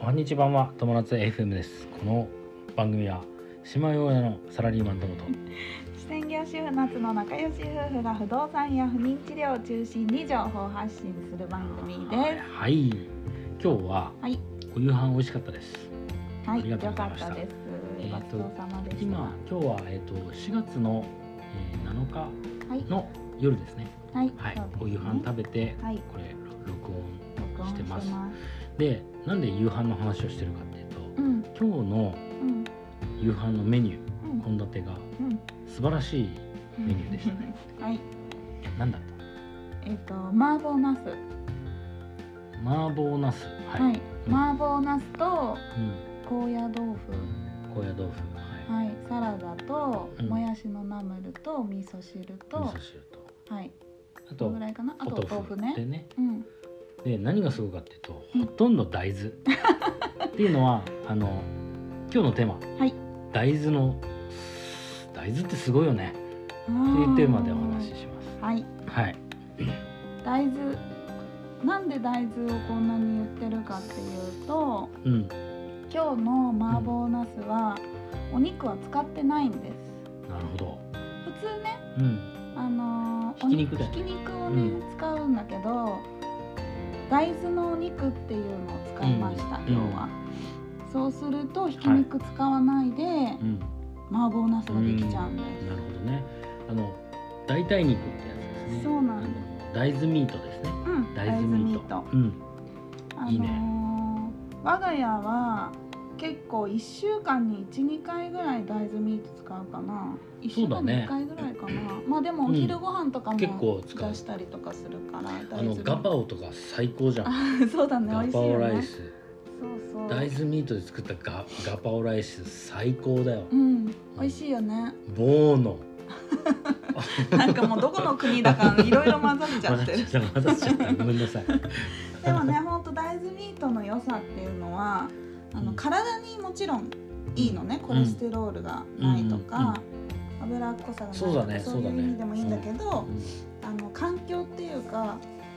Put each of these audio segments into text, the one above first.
おはにちばんは友達 FM です。この番組は姉妹親のサラリーマン友と専業主婦夏の仲良し夫婦が不動産や不妊治療を中心に情報発信する番組です。 はい、今日はお夕飯美味しかったです。 はい、 ありがとうございました。 よかったです。ごちそうさまでした。 今日は4月の7日の夜ですね。はい、お夕飯食べて、これ録音してます。で、なんで夕飯の話をしてるかっていうと、今日の夕飯のメニュー、献立が素晴らしいメニューでしたね。はい。なんだった？ 麻婆ナス。 麻婆ナス。 はい。麻婆ナスと高野豆腐。 高野豆腐。 はい。サラダともやしのナムルと味噌汁と。はい。あとぐらいかな。あと豆腐ね。で、何がすごいかっていうと、ほとんど大豆っていうのは今日のテーマ、大豆ってすごいよねっていうテーマでお話しします。はい。 大豆、なんで大豆をこんなに言ってるかっていうと、今日の麻婆ナスはお肉は使ってないんです。 なるほど。 普通ね、 ひき肉をね、使うんだけど、大豆のお肉っていうのを使いました、今日は。そうするとひき肉使わないで、麻婆ナスができちゃうんです。 なるほどね。代替肉ってやつですね。 そうなんです。 大豆ミートですね。大豆ミート。いいね。 我が家は結構1週間に 1,2 回ぐらい大豆ミート使うかな。1週間に1回ぐらいかな。まあでもお昼ご飯とかも出したりとかするから。 ガパオとか最高じゃん。 そうだね、美味しいよね。 ガパオライス。大豆ミートで作ったガパオライス最高だよ。 美味しいよね。 ボーノ。 なんかもうどこの国だかいろいろ混ざっちゃってる。 混ざっちゃった。ごめんなさい。 でもね、本当大豆ミートの良さっていうのは、体にもちろんいいのね。コレステロールがないとか、脂っこさがないとか、そういう意味でもいいんだけど、環境っていうか、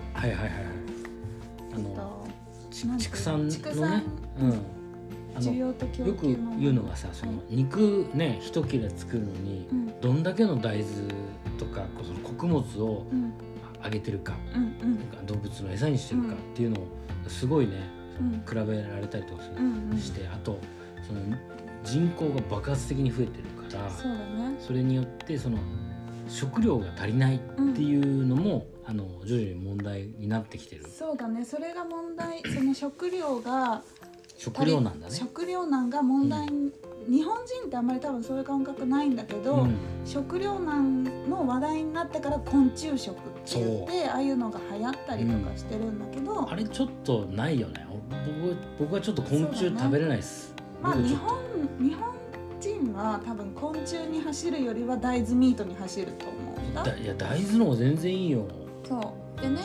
畜産のね、 需要と供給の、 よく言うのがさ、その肉ね一切れ作るのにどんだけの大豆とかその穀物をあげてるか、動物の餌にしてるかっていうのをすごいね比べられたりとかして、あとその人口が爆発的に増えてるから、それによってその食料が足りないっていうのも徐々に問題になってきてる。 そうだね、それが問題。その食料難だね。食料難が問題、日本人ってあんまり多分そういう感覚ないんだけど、食料難の話題になってから昆虫食って言ってああいうのが流行ったりとかしてるんだけど、 あれちょっとないよね。僕はちょっと昆虫食べれないです。 まあ日本人は多分昆虫に走るよりは大豆ミートに走ると思うんだ。 いや、大豆の方が全然いいよ。 そうでね、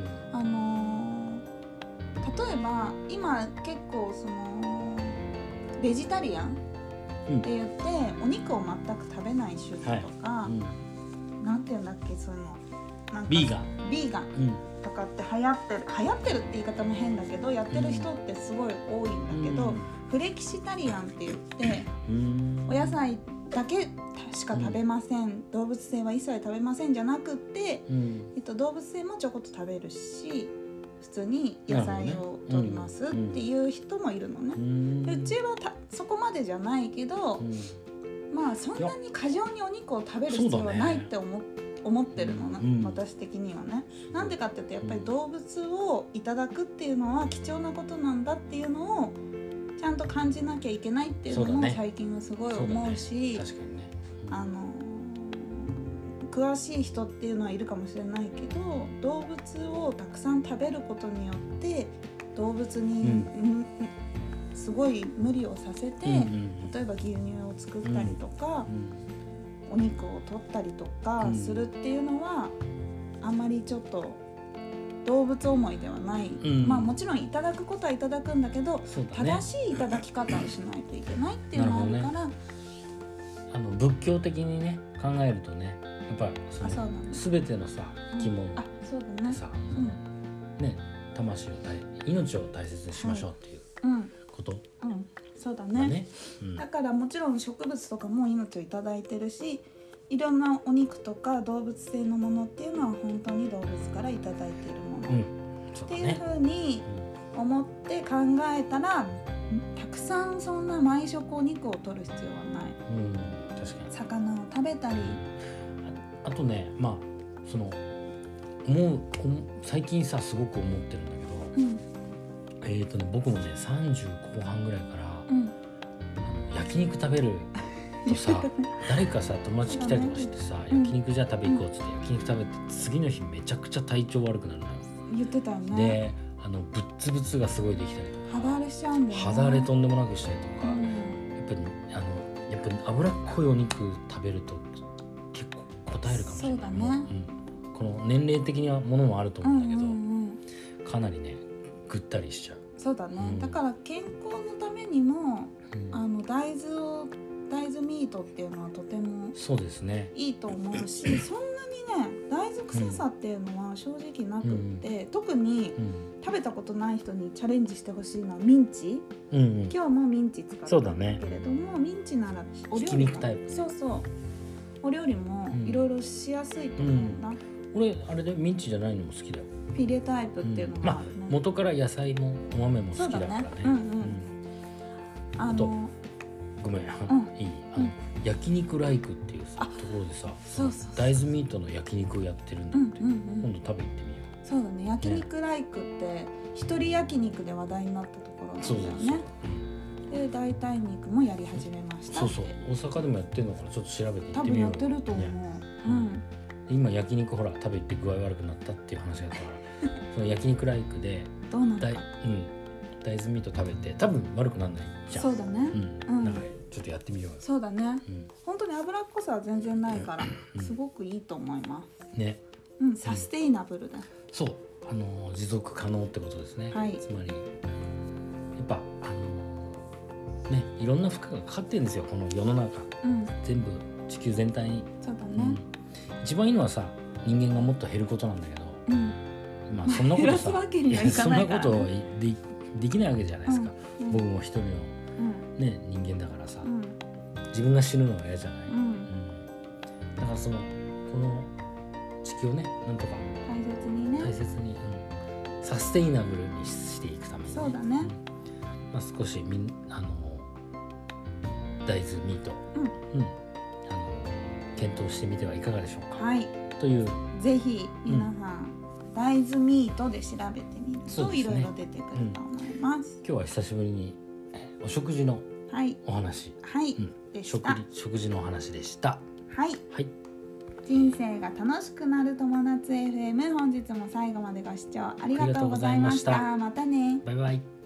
例えば今結構そのベジタリアンって言って、お肉を全く食べない主婦とか、なんていうんだっけ、そういうの、なんかビーガンとかって流行ってるって言い方も変だけど、やってる人ってすごい多いんだけど、フレキシタリアンって言って、お野菜だけしか食べません、動物性は一切食べませんじゃなくって、動物性もちょこっと食べるし、普通に野菜を摂りますっていう人もいるのね。でうちはそこまでじゃないけど、まあそんなに過剰にお肉を食べる必要はないって思ってるのな、私的にはね。なんでかっていうと、やっぱり動物をいただくっていうのは貴重なことなんだっていうのをちゃんと感じなきゃいけないっていうのも最近はすごい思うし、詳しい人っていうのはいるかもしれないけど、動物をたくさん食べることによって動物に、すごい無理をさせて、例えば牛乳を作ったりとか、お肉を取ったりとかするっていうのは、あんまりちょっと動物思いではない、まあもちろんいただくことはいただくんだけど、正しいいただき方をしないといけないっていうのがあるから、 仏教的にね考えるとね、やっぱ全てのさ生き物さ、ね、命を命を大切にしましょうっていうこと、 そうだね、だからもちろん植物とかも命をいただいてるし、いろんなお肉とか動物性のものっていうのは本当に動物からいただいているもの、っていうふうに思って考えたら、たくさんそんな毎食お肉を取る必要はない、 確かに魚を食べたり、 あとね、その最近さすごく思ってるんだけど、僕もね30後半ぐらいから、焼肉食べるとさ誰かさ友達来たりとかしてさ、焼肉じゃあ食べ行こうっつって焼肉食べて次の日めちゃくちゃ体調悪くなるのよ。 言ってたよね。 でぶっつぶつがすごいできたりとか、 肌荒れしちゃうんだよね。 肌荒れとんでもなくしたりとか、やっぱり脂っこいお肉食べると結構答えるかもしれない。 そうだね、 この年齢的なものもあると思うんだけど、かなりねぐったりしちゃう。 そうだね、だから健康のためにも、大豆ミートっていうのはとてもそうですねいいと思うし、そんなにね大豆臭さっていうのは正直なくって、特に食べたことない人にチャレンジしてほしいのはミンチ、今日もミンチ使ったんだけれども、ミンチならお料理もお料理もいろいろしやすいと思うんだ、 俺あれでミンチじゃないのも好きだよ。 フィレタイプっていうのがあるね、 元から野菜もお豆も好きだからね。ごめん、いい、焼肉ライクっていうところでさ、大豆ミートの焼肉をやってるんだって、今度食べ行ってみよう。 そうだね、焼肉ライクって一人焼肉で話題になったところなんだよね。で代替肉もやり始めましたって。 大阪でもやってるのかな、ちょっと調べて行ってみよう。 多分やってると思う、 今焼肉ほら食べて具合悪くなったっていう話があったからその焼肉ライクでどうなった大豆ミート食べて多分悪くならないじゃん。 そうだね、 なんかちょっとやってみようよ。 そうだね、本当に脂っこさは全然ないからすごくいいと思いますね。 サステイナブルだ。 そう、持続可能ってことですね。つまりやっぱね、いろんな負荷がかかってるんですよ、この世の中、全部地球全体に。 そうだね、 一番いいのはさ、人間がもっと減ることなんだけど、そんなことさそんなことできないわけじゃないですか、僕も一人の、人間だからさ、自分が死ぬのが嫌じゃない、だからこの地球をねなんとか大切に、サステイナブルにしていくために、 そうだね、 少し大豆ミート、検討してみてはいかがでしょうか。という、 ぜひ皆さん、大豆ミートで調べてみるといろいろ出てくると思います。 今日は久しぶりにお食事のお話、食事のお話でした。人生が楽しくなる友達 FM、本日も最後までご視聴ありがとうございました。またね。 バイバイ。